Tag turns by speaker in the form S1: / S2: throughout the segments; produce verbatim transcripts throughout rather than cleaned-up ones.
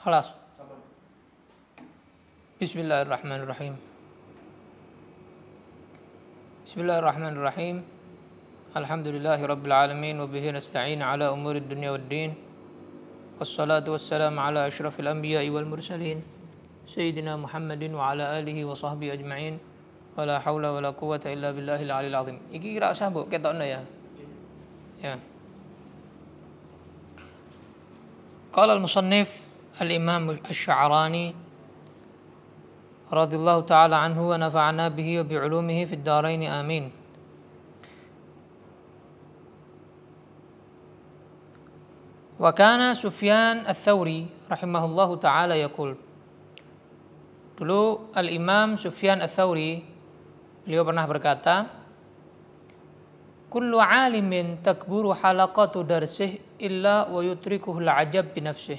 S1: Khalas. Bismillahirrahmanirrahim. Bismillahirrahmanirrahim. Alhamdulillahi rabbil alamin wa bihi nasta'in ala umuri dunya waddin. Wassalatu wassalamu ala asyrafil anbiya'i wal mursalin Sayyidina Muhammadin wa ala alihi wa sahbihi ajma'in. Wa la hawla wa la quwwata illa billahil aliyil azim. Iki kira sambuk ketokno ya. Ya. Qala al-musannif al-imam asy-Sya'rani radhiyallahu ta'ala anhu wa nafa'ana bihi wa bi'ulumihi fid dharain amin. Wa kana Sufyan ats-Tsauri rahimahullahu ta'ala yaqul. Dulu al-Imam Sufyan ats-Tsauri beliau pernah berkata, kullu alimin takburu halaqatu darsih illa wa yutrikuhu al-ajab bi nafsih.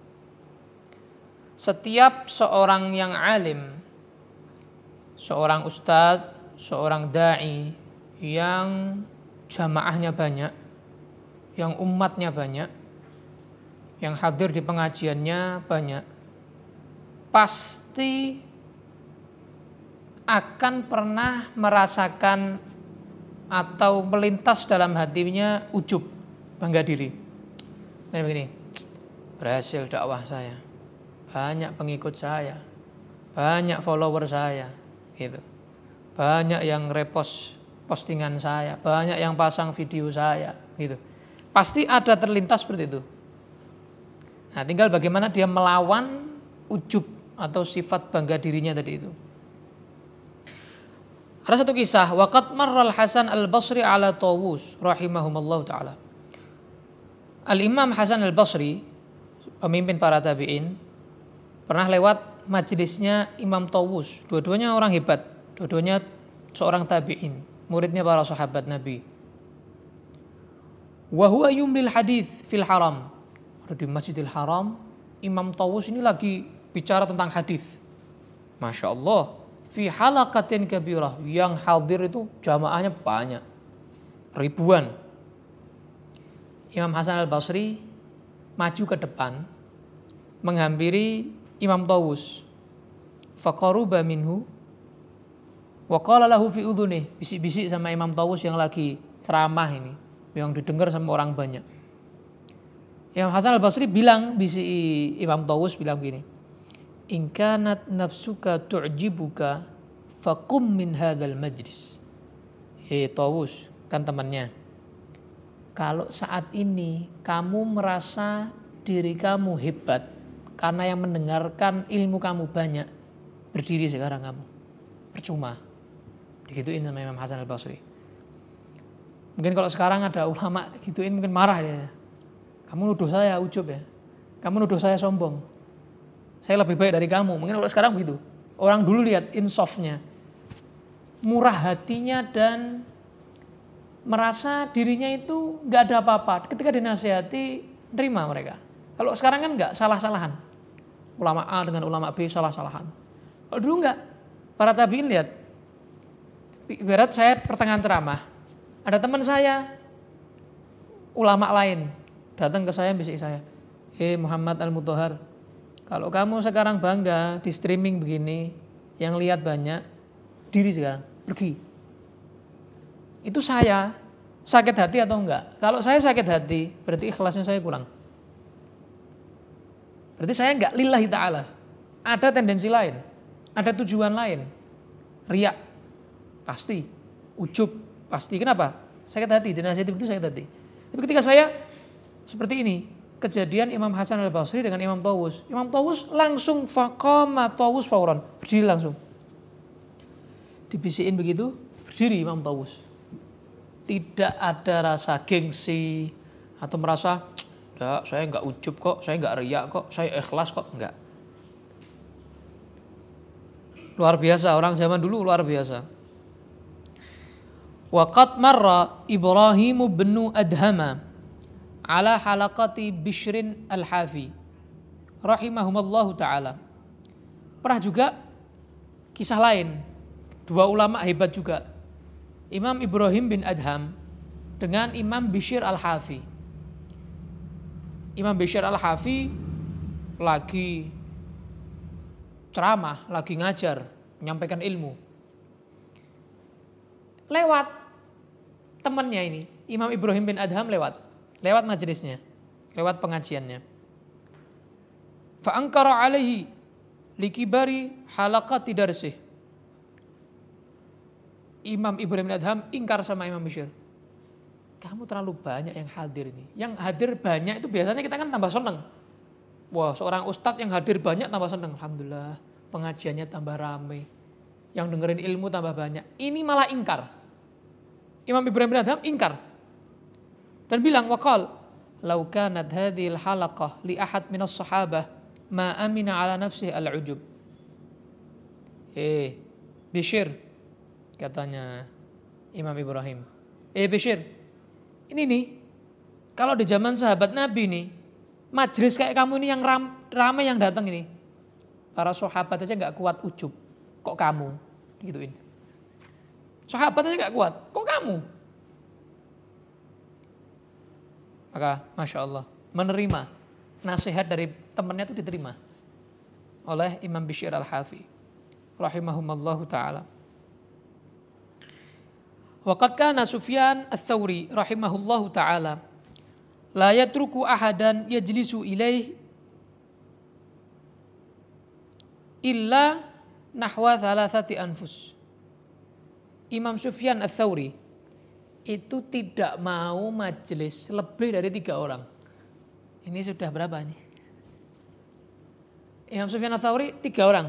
S1: Setiap seorang yang alim, seorang ustadz, seorang da'i yang jamaahnya banyak, yang umatnya banyak, yang hadir di pengajiannya banyak, pasti akan pernah merasakan atau melintas dalam hatinya ujub, bangga diri. Nah, begini, berhasil dakwah saya, banyak pengikut saya, banyak follower saya, gitu. Banyak yang repost postingan saya, banyak yang pasang video saya, gitu. Pasti ada terlintas seperti itu. Nah, tinggal bagaimana dia melawan ujub atau sifat bangga dirinya tadi itu. Ada satu kisah, waqad marral Hasan al-Basri ala Tawus rahimahumallahu taala. Al-Imam Hasan al-Basri, pemimpin para tabi'in, pernah lewat majelisnya Imam Tawus. Dua-duanya orang hebat, dua-duanya seorang tabi'in, muridnya para sahabat Nabi. Wa huwa yumlil hadits fil haram. Ada di Masjidil Haram, Imam Tawus ini lagi bicara tentang hadis. Masya Allah. Fi halaqatin kabirah, yang hadir itu jamaahnya banyak, ribuan. Imam Hasan al-Basri maju ke depan menghampiri Imam Tawus. Faqaruba minhu wa qala lahu fi udhunih, bisik-bisik sama Imam Tawus yang lagi ceramah ini, yang didengar sama orang banyak. Imam Hasan al-Basri bilang, bisik Imam Tawus bilang gini, in kanat nafsuka tu'jibuka faqum min hadzal majlis. Hei Tawus, kan temannya, kalau saat ini kamu merasa diri kamu hebat karena yang mendengarkan ilmu kamu banyak, berdiri sekarang kamu, percuma. Digituin sama Imam Hasan al-Basri. Mungkin kalau sekarang ada ulama gituin mungkin marah dia. Kamu nuduh saya ujub ya, kamu nuduh saya sombong, saya lebih baik dari kamu. Mungkin kalau sekarang begitu. Orang dulu lihat insafnya, murah hatinya, dan merasa dirinya itu gak ada apa-apa. Ketika dinasihati, nerima mereka. Kalau sekarang kan gak, salah-salahan. Ulama A dengan ulama B salah-salahan. Kalau dulu enggak. Para tabi'in lihat, ibarat saya pertengahan ceramah, ada teman saya, ulama lain, datang ke saya, bisik saya, hei Muhammad Al-Mutahhar, kalau kamu sekarang bangga di streaming begini, yang lihat banyak, diri sekarang, pergi. Itu saya sakit hati atau enggak? Kalau saya sakit hati, berarti ikhlasnya saya kurang. Berarti saya enggak lillahi ta'ala. Ada tendensi lain, ada tujuan lain. Riya, pasti. Ujub, pasti. Kenapa? Sakit hati, dinasihati itu sakit hati. Tapi ketika saya seperti ini, kejadian Imam Hasan al-Basri dengan Imam Tawus. Imam Tawus langsung faqama Tawus fauran, berdiri langsung. Dibisikin begitu, berdiri Imam Tawus. Tidak ada rasa gengsi atau merasa, enggak, saya enggak ujub kok, saya enggak riya kok, saya ikhlas kok, enggak. Luar biasa, orang zaman dulu luar biasa. Waqad marra Ibrahim bin Adhama ala halaqati Bishrin al-Hafi rahimahumallahu ta'ala. Pernah juga kisah lain, dua ulama hebat juga, Imam Ibrahim bin Adham dengan Imam Bishr al-Hafi. Imam Bishr al-Hafi lagi ceramah, lagi ngajar, menyampaikan ilmu. Lewat temannya ini, Imam Ibrahim bin Adham lewat, lewat majelisnya, lewat pengajiannya. Fa'ankara alaihi likibari halaqati darsih. Imam Ibrahim bin Adham ingkar sama Imam Bishr. Kamu terlalu banyak yang hadir ini. Yang hadir banyak itu biasanya kita kan tambah seneng. Wah, seorang ustadz yang hadir banyak tambah seneng. Alhamdulillah, pengajiannya tambah ramai. Yang dengerin ilmu tambah banyak. Ini malah ingkar. Imam Ibrahim bin Adham ingkar. Dan bilang, waqal, "Lau kanat hadhil halaqah li ahad minas sahabah, ma amina ala nafsih al-ujub." Eh, Bishr, katanya Imam Ibrahim. Eh Bishr, ini nih, kalau di zaman sahabat Nabi nih, majelis kayak kamu ini yang ram, ramai yang datang ini, para sahabat aja nggak kuat ujub, kok kamu gituin. Sahabat aja nggak kuat, kok kamu? Maka Masya Allah, menerima nasihat dari temannya itu diterima oleh Imam Bishr al-Hafi rahimahumallahu ta'ala. Waqad kana Sufyan ats-Tsauri rahimahullahu ta'ala la yatruku ahadan yajlisu ilaih illa nahwa thalathati anfus. Imam Sufyan ats-Tsauri itu tidak mau majelis lebih dari tiga orang. Ini sudah berapa nih? Imam Sufyan ats-Tsauri tiga orang.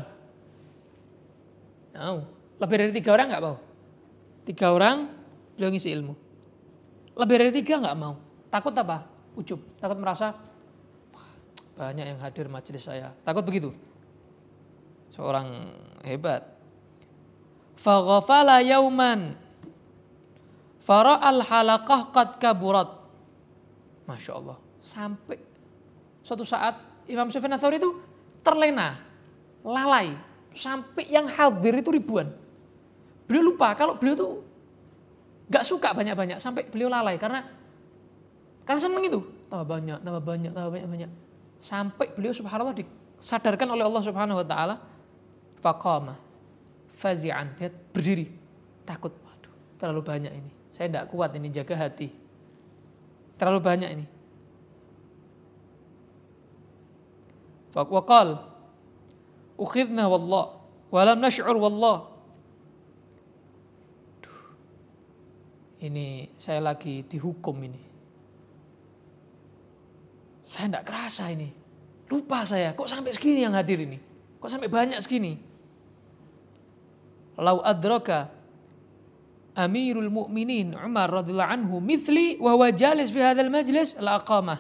S1: Mau. Lebih dari tiga orang nggak mau. Tiga orang beliau ngisi ilmu. Lebih dari tiga nggak mau. Takut apa? Ujub. Takut merasa banyak yang hadir majelis saya. Takut begitu. Seorang hebat. Faghafala yauman fara'al halaqah qad kaburat. Masya Allah. Sampai suatu saat Imam Sufyan ats-Tsauri itu terlena, lalai. Sampai yang hadir itu ribuan. Beliau lupa kalau beliau tuh gak suka banyak-banyak. Sampai beliau lalai karena karena seneng itu. Tambah banyak, tambah banyak, tambah banyak-banyak. Sampai beliau subhanallah disadarkan oleh Allah subhanahu wa ta'ala. Faqama fazi'an. Dia berdiri. Takut. Waduh, terlalu banyak ini. Saya tidak kuat ini jaga hati. Terlalu banyak ini. Waqal ukhidna wallah walam nash'ur wallah. Ini saya lagi dihukum ini. Saya tidak kerasa ini. Lupa saya, kok sampai segini yang hadir ini. Kok sampai banyak segini. Lau adraka Amirul Mukminin Umar radhiyallahu anhu mithli wa huwa jalis fi hadzal majlis la aqamah.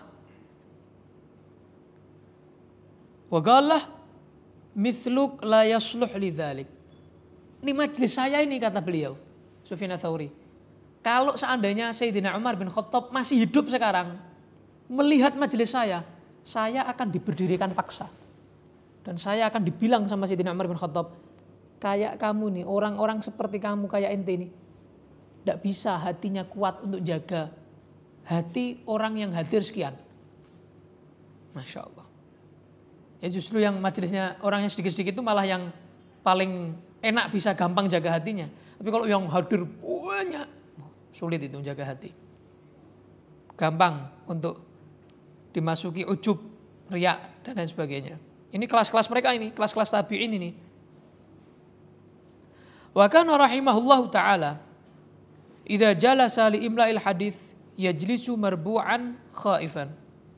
S1: Wa qala mithluk la yasluh lidzalik. Ini majlis saya ini kata beliau, Sufyan ats-Tsauri. Kalau seandainya Sayyidina Umar bin Khattab masih hidup sekarang, melihat majelis saya, saya akan diberdirikan paksa. Dan saya akan dibilang sama Sayyidina Umar bin Khattab, kayak kamu nih, orang-orang seperti kamu, kayak ente nih, tidak bisa hatinya kuat untuk jaga hati orang yang hadir sekian. Masya Allah. Ya justru yang majelisnya orangnya sedikit-sedikit itu malah yang paling enak bisa gampang jaga hatinya. Tapi kalau yang hadir banyak, sulit itu jaga hati. Gampang untuk dimasuki ujub, riak dan lain sebagainya. Ini kelas-kelas mereka ini, kelas-kelas tabi'in ini. Wa kana rahimahullahu ta'ala idza jalasa li imla'il hadits yajlisu marbu'an khaifan.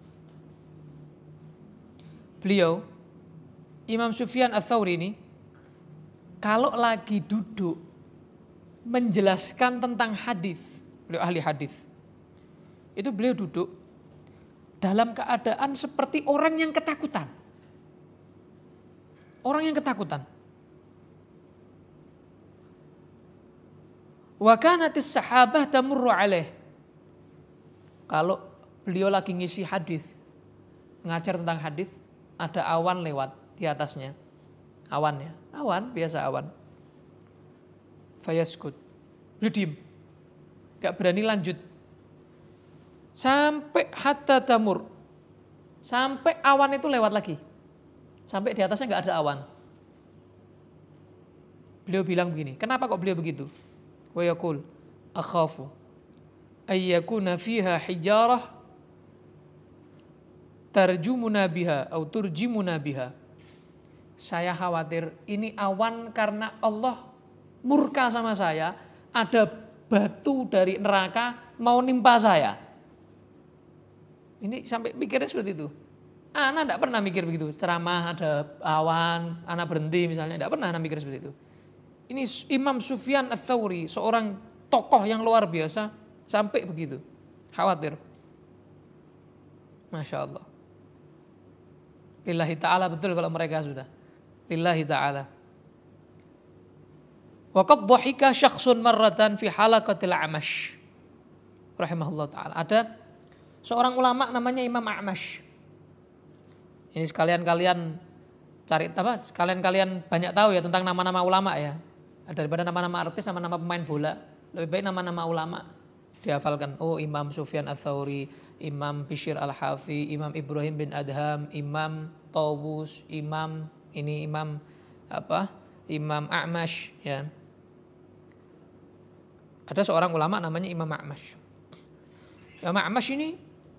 S1: Beliau Imam Sufyan ats-Tsauri ini kalau lagi duduk menjelaskan tentang hadis, beliau ahli hadis. Itu beliau duduk dalam keadaan seperti orang yang ketakutan. Orang yang ketakutan. Wa kanatis sahabah tamurru alaih. Kalau beliau lagi ngisi hadis, ngajar tentang hadis, ada awan lewat di atasnya. Awan ya, awan biasa awan. Fayaskut. Beliau diem. Gak berani lanjut. Sampai hatta tamur. Sampai awan itu lewat lagi. sampai di atasnya nggak ada awan. Beliau bilang begini, kenapa kok beliau begitu? Wa yaqul akhafu ayyakuna fiha hijarah tarjumuna biha atau turjimuna biha. Saya khawatir ini awan karena Allah murka sama saya, ada batu dari neraka mau nimpa saya. Ini sampai pikirnya seperti itu. Ana tidak pernah mikir begitu, ceramah ada awan, anak berhenti misalnya, tidak pernah ana mikir seperti itu. Ini Imam Sufyan Ats-Tsauri, seorang tokoh yang luar biasa, sampai begitu, khawatir. Masya Allah. Lillahi ta'ala, betul kalau mereka sudah. Lillahi ta'ala. Wa qad dhahika syakhsun marratan fi halaqatil A'mash. Rahimahullah ta'ala. Ada seorang ulama namanya Imam A'mash. Ini sekalian kalian cari apa? Sekalian kalian banyak tahu ya tentang nama-nama ulama ya. Daripada nama-nama artis, nama-nama pemain bola, lebih baik nama-nama ulama dihafalkan. Oh, Imam Sufyan Ats-Tsauri, Imam Bishr Al-Hafi, Imam Ibrahim bin Adham, Imam Tawus, Imam ini Imam apa? Imam A'mash ya. Ada seorang ulama namanya Imam A'mash. Imam A'mash ini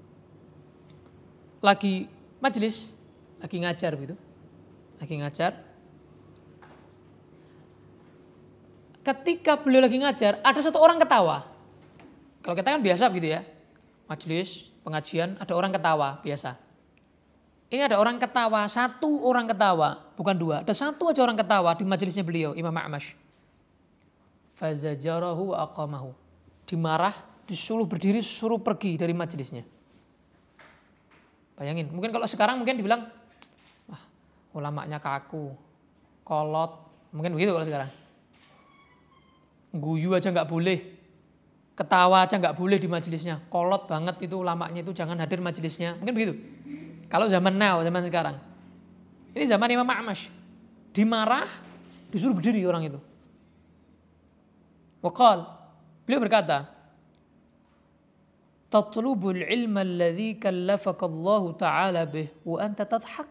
S1: lagi majelis, lagi ngajar gitu. Lagi ngajar. Ketika beliau lagi ngajar, ada satu orang ketawa. Kalau kita kan biasa begitu ya. Majelis, pengajian, ada orang ketawa, biasa. Ini ada orang ketawa, satu orang ketawa, bukan dua. Ada satu aja orang ketawa di majelisnya beliau, Imam A'mash. Fazajarahu wa aqamahu. Dimarah, disuruh berdiri, suruh pergi dari majelisnya. Bayangin, mungkin kalau sekarang mungkin dibilang, wah ulamanya kaku, kolot, mungkin begitu kalau sekarang. Guyu aja nggak boleh, ketawa aja nggak boleh di majelisnya, kolot banget itu ulamanya itu, jangan hadir majelisnya, mungkin begitu. Kalau zaman now, zaman sekarang, ini zaman Imam A'mash, dimarah, disuruh berdiri orang itu. Waqal, beliau berkata, tatlubul ilma alladhi kallafakallahu ta'ala bih wa anta tadhak.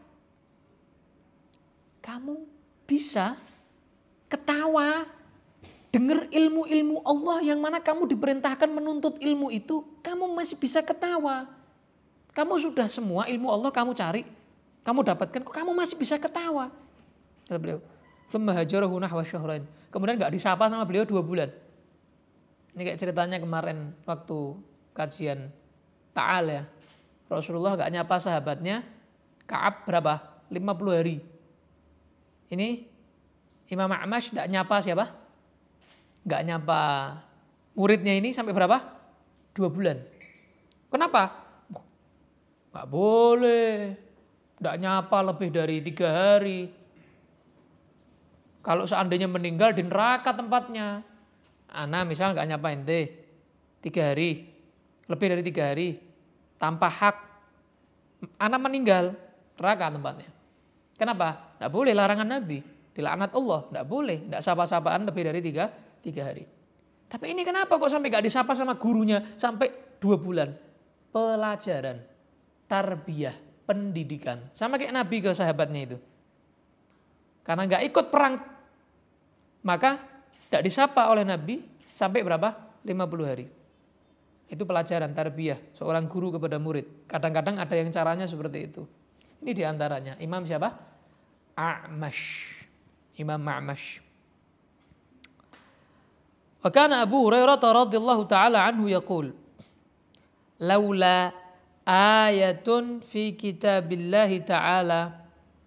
S1: Kamu bisa ketawa dengar ilmu-ilmu Allah yang mana kamu diperintahkan menuntut ilmu itu, kamu masih bisa ketawa. Kamu sudah semua ilmu Allah kamu cari, kamu dapatkan, kok kamu masih bisa ketawa? Kata beliau, "Tsumma hajarahu nahwa syahrain." Kemudian enggak disapa sama beliau dua bulan. Ini kayak ceritanya kemarin waktu kajian Ta'al ya. Rasulullah enggak nyapa sahabatnya Ka'ab berapa? lima puluh hari. Ini Imam A'mash enggak nyapa siapa? Enggak nyapa muridnya ini sampai berapa? Dua bulan. Kenapa? Enggak boleh. Enggak nyapa lebih dari tiga hari. Kalau seandainya meninggal di neraka tempatnya. Ana misal enggak nyapa ente tiga hari. Lebih dari tiga hari. Tanpa hak. Ana meninggal. Neraka tempatnya. Kenapa? Enggak boleh, larangan Nabi. Dilaknat Allah. Enggak boleh. Enggak sapa-sapaan lebih dari tiga, tiga hari. Tapi ini kenapa kok sampai enggak disapa sama gurunya sampai dua bulan? Pelajaran. Tarbiyah. Pendidikan. Sama kayak Nabi ke sahabatnya itu. Karena enggak ikut perang. Maka enggak disapa oleh Nabi sampai berapa? lima puluh hari. Itu pelajaran tarbiyah. Seorang guru kepada murid. Kadang-kadang ada yang caranya seperti itu. Ini diantaranya. Imam siapa? A'mash. Imam A'mash. Wa kana Abu Hurairah radhiyallahu taala anhu yaqul laula ayatun fi kitabillahi ta'ala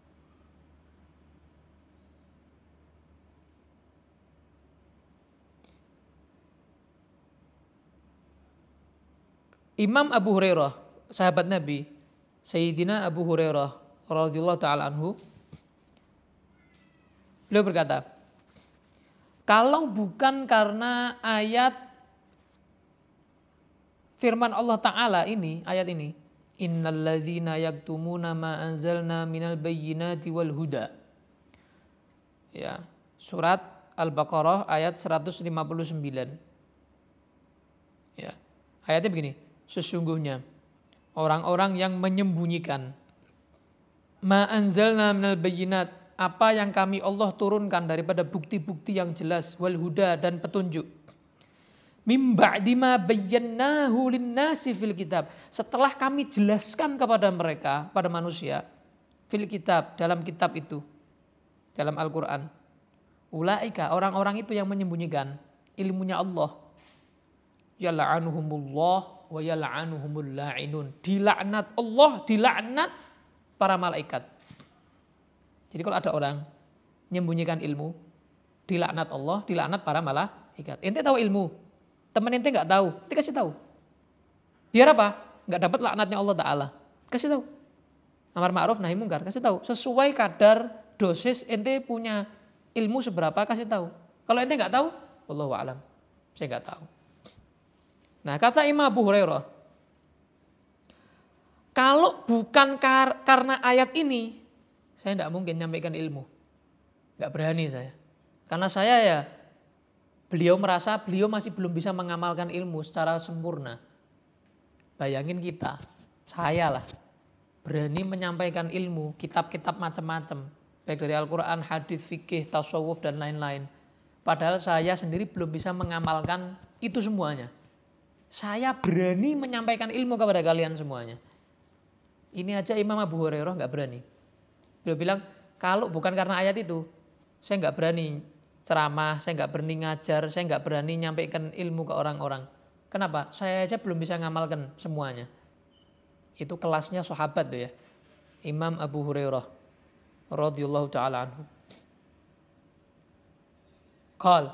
S1: Imam Abu Hurairah, sahabat Nabi, Sayyidina Abu Hurairah radhiyallahu taala anhu, beliau berkata, kalau bukan karena ayat firman Allah Ta'ala ini, ayat ini, innalladzina yaktumuna ma anzalna minal bayyinati wal huda. Ya, surat Al-Baqarah ayat seratus lima puluh sembilan. Ya, ayatnya begini, sesungguhnya orang-orang yang menyembunyikan Ma anzalna minal bayyinat, apa yang kami Allah turunkan daripada bukti-bukti yang jelas, wal huda dan petunjuk. Mim ba'di ma bayyanahu linnasi fil kitab, setelah kami jelaskan kepada mereka, pada manusia, fil kitab, dalam kitab itu, dalam Al-Quran. Ulaika, orang-orang itu yang menyembunyikan ilmunya Allah. Yal'anuhumullah wa yal'anuhumul la'inun. Dilaknat Allah, dilaknat para malaikat. Jadi kalau ada orang menyembunyikan ilmu, dilaknat Allah, dilaknat para malaikat. Ente tahu ilmu, temen ente nggak tahu, ente kasih tahu. Biar apa? Nggak dapat laknatnya Allah Ta'ala. Kasih tahu. Amar ma'ruf nahi mungkar, kasih tahu. Sesuai kadar dosis ente punya ilmu seberapa, kasih tahu. Kalau ente nggak tahu, wallahu a'lam, saya nggak tahu. Nah, kata Imam Abu Hurairah, kalau bukan kar- karena ayat ini, saya tidak mungkin nyampaikan ilmu. Nggak berani saya. Karena saya ya, beliau merasa beliau masih belum bisa mengamalkan ilmu secara sempurna. Bayangin kita, saya lah, berani menyampaikan ilmu, kitab-kitab macam-macam. Baik dari Al-Quran, hadis, fikih, tasawuf, dan lain-lain. Padahal saya sendiri belum bisa mengamalkan itu semuanya. Saya berani menyampaikan ilmu kepada kalian semuanya. Ini aja Imam Abu Hurairah nggak berani. Beliau bilang, kalau bukan karena ayat itu, saya nggak berani ceramah, saya nggak berani ngajar, saya nggak berani nyampaikan ilmu ke orang-orang. Kenapa? Saya aja belum bisa ngamalkan semuanya. Itu kelasnya sahabat tuh ya. Imam Abu Hurairah radhiyallahu ta'ala anhu. Qal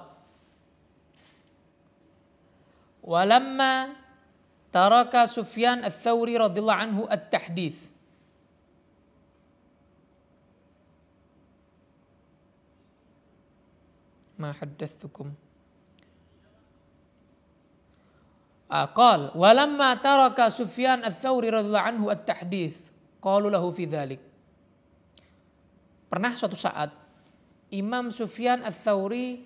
S1: walamma taraka Sufyan ats-Tsauri radhiyallahu anhu at-tahdits, ma haddatsukum aqal walamma taraka Sufyan ats-Tsauri radhiyallahu anhu at-tahdits qalu lahu fi dzalik. Pernah suatu saat Imam Sufyan ats-Tsauri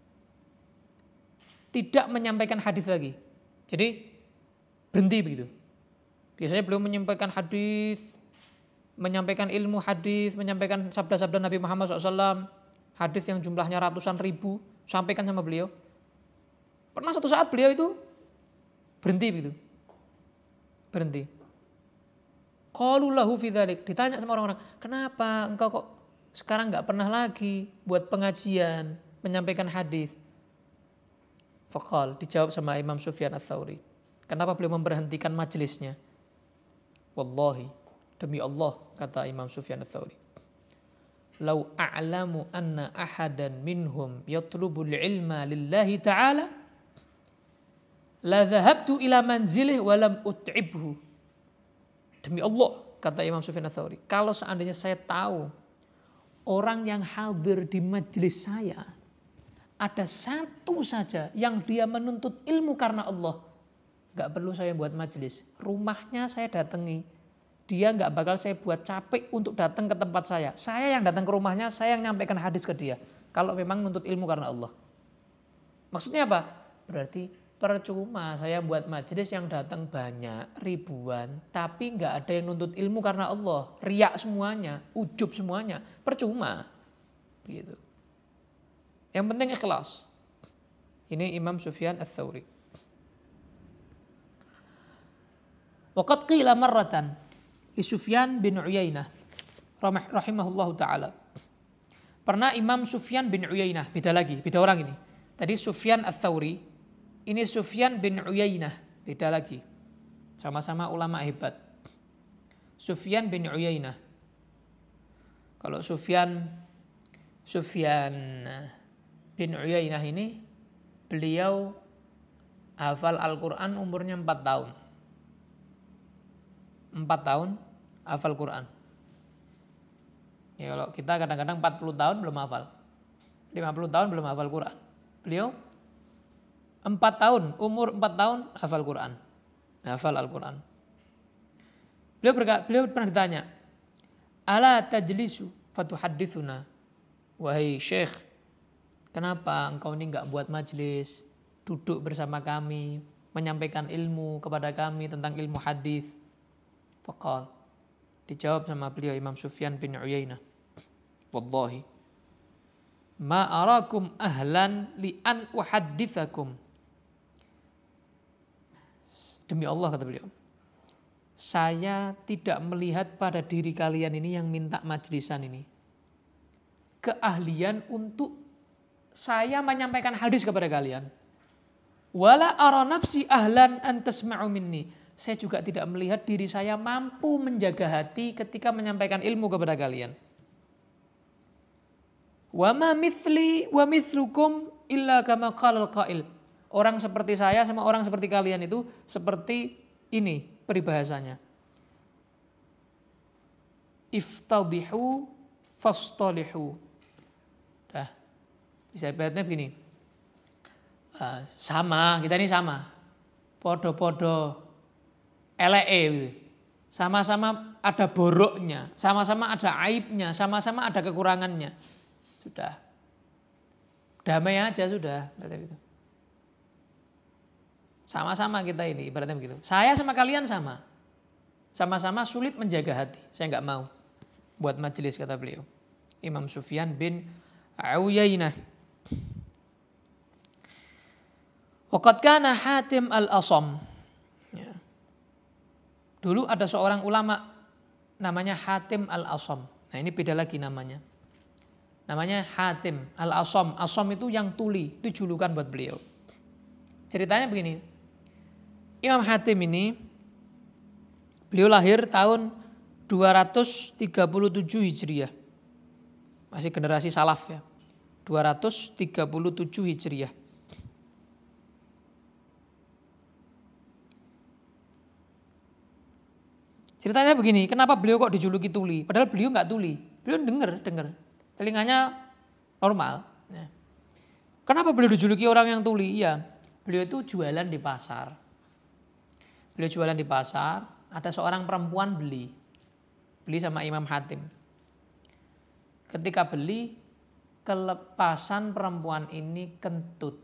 S1: tidak menyampaikan hadis lagi. Jadi berhenti begitu. Biasanya beliau menyampaikan hadis, menyampaikan ilmu hadis, menyampaikan sabda-sabda Nabi Muhammad shallallahu alaihi wasallam, hadis yang jumlahnya ratusan ribu, sampaikan sama beliau. Pernah suatu saat beliau itu berhenti begitu. Berhenti. Qalu lahu fi dzalik, ditanya sama orang-orang, kenapa engkau kok sekarang nggak pernah lagi buat pengajian, menyampaikan hadis? Faqal, dijawab sama Imam Sufyan ats-Tsauri, kenapa beliau memberhentikan majelisnya? Wallahi, demi Allah, kata Imam Sufyan ats-Tsauri, lau a'lamu anna ahadan minhum yatlubul ilma lillahi ta'ala la dhahabtu ila manzilih wa lam ut'ibhu. Demi Allah, kata Imam Sufyan ats-Tsauri, kalau seandainya saya tahu orang yang hadir di majelis saya ada satu saja yang dia menuntut ilmu karena Allah, gak perlu saya buat majelis, rumahnya saya datangi, dia gak bakal saya buat capek untuk datang ke tempat saya. Saya yang datang ke rumahnya, saya yang nyampaikan hadis ke dia, kalau memang menuntut ilmu karena Allah. Maksudnya apa? Berarti percuma saya buat majelis yang datang banyak, ribuan, tapi gak ada yang nuntut ilmu karena Allah, riak semuanya, ujub semuanya, percuma. Gitu. Yang penting ikhlas. Ini Imam Sufyan ats-Tsauri. Waqad qila marratan li Sufyan bin Uyainah rahimahullahu taala. Pernah Imam Sufyan bin Uyainah, beda lagi, beda orang ini. Tadi Sufyan ats-Tsauri, ini Sufyan bin Uyainah, beda lagi. Sama-sama ulama hebat. Sufyan bin Uyainah. Kalau Sufyan Sufyan bin Uyainah ini, beliau hafal Al-Quran umurnya empat tahun. empat tahun hafal Quran. Ya, kalau kita kadang-kadang empat puluh tahun belum hafal. lima puluh tahun belum hafal Quran. Beliau empat tahun, umur empat tahun hafal Quran. Hafal Al-Quran. Beliau, berkata, beliau pernah ditanya, ala tajlisu fatuhaddithuna. Wahai Syekh, kenapa engkau ini enggak buat majlis, duduk bersama kami, menyampaikan ilmu kepada kami tentang ilmu hadis? Faqal, Dijawab sama beliau Imam Sufyan bin Uyainah. Wallahi ma arakum ahlan li an uhadditsakum. Demi Allah kata beliau, saya tidak melihat pada diri kalian ini yang minta majlisan ini keahlian untuk saya menyampaikan hadis kepada kalian. Wala ara nafsi ahlan an tasma'u minni. Saya juga tidak melihat diri saya mampu menjaga hati ketika menyampaikan ilmu kepada kalian. Wa ma mithli wa mithlukum illa kama qala al-qail. Orang seperti saya sama orang seperti kalian itu seperti ini peribahasanya. Iftadihu fastalihu. Dah. Bisa ibaratnya begini. Uh, sama, kita ini sama. Podo-podo eleke gitu. Sama-sama ada boroknya, sama-sama ada aibnya, sama-sama ada kekurangannya. Sudah. Damai aja sudah, gitu. Sama-sama kita ini, ibaratnya begitu. Saya sama kalian sama. Sama-sama sulit menjaga hati. Saya enggak mau buat majelis, kata beliau. Imam Sufyan bin Uyainah. Waqad kana Hatim al-Asam. Ya. Dulu ada seorang ulama namanya Hatim al-Asam. Nah ini beda lagi namanya. Namanya Hatim al-Asam. Asam itu yang tuli, itu julukan buat beliau. Ceritanya begini. Imam Hatim ini beliau lahir tahun dua ratus tiga puluh tujuh Hijriah. Masih generasi salaf ya. dua ratus tiga puluh tujuh Hijriah. Ceritanya begini, kenapa beliau kok dijuluki tuli? Padahal beliau nggak tuli, beliau denger, denger, telinganya normal. Ya. Kenapa beliau dijuluki orang yang tuli? Iya, beliau itu jualan di pasar. Beliau jualan di pasar, ada seorang perempuan beli, beli sama Imam Hatim. Ketika beli, kelepasan perempuan ini kentut.